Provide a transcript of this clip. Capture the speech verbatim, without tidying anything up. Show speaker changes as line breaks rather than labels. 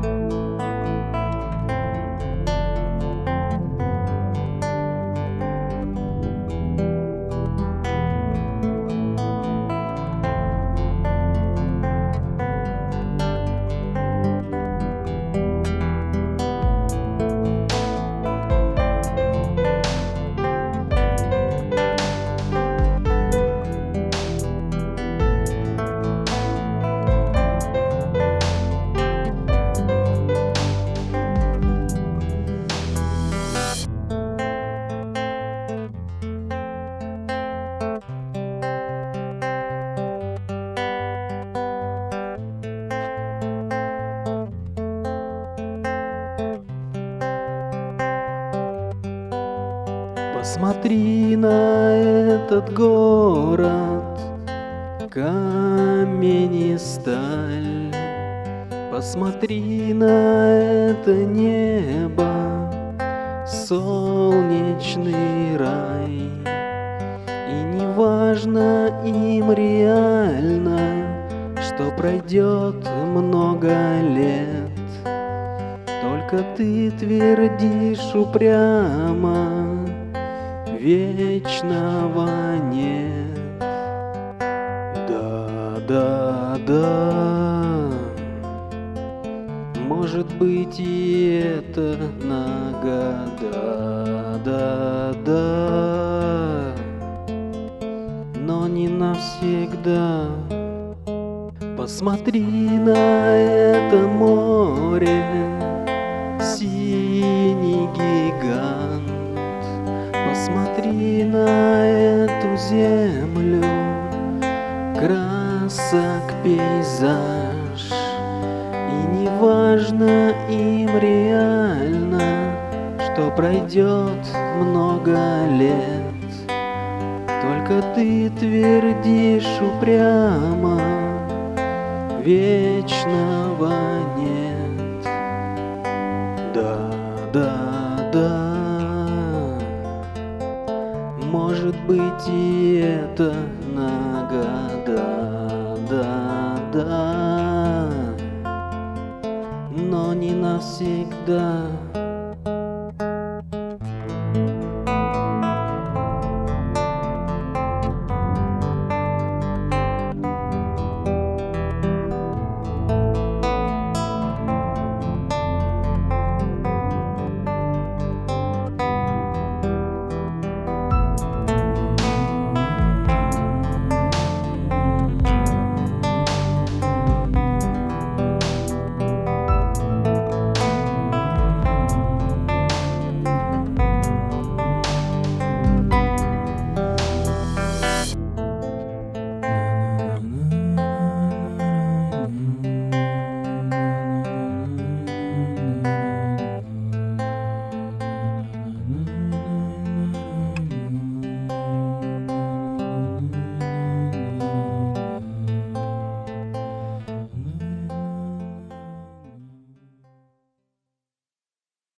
Посмотри на этот город, камень и сталь. Посмотри на это небо, солнечный рай. И неважно им реально, что пройдет много лет, только ты твердишь упрямо: вечного нет. Да, да, да, может быть и это на года, да, да, но не навсегда. Посмотри на это море, синий гигант. Посмотри на эту землю, красок пейзаж. И неважно им реально, что пройдет много лет, только ты твердишь упрямо: вечного нет. Да, да, да, может быть и это на года, да, да, но не навсегда.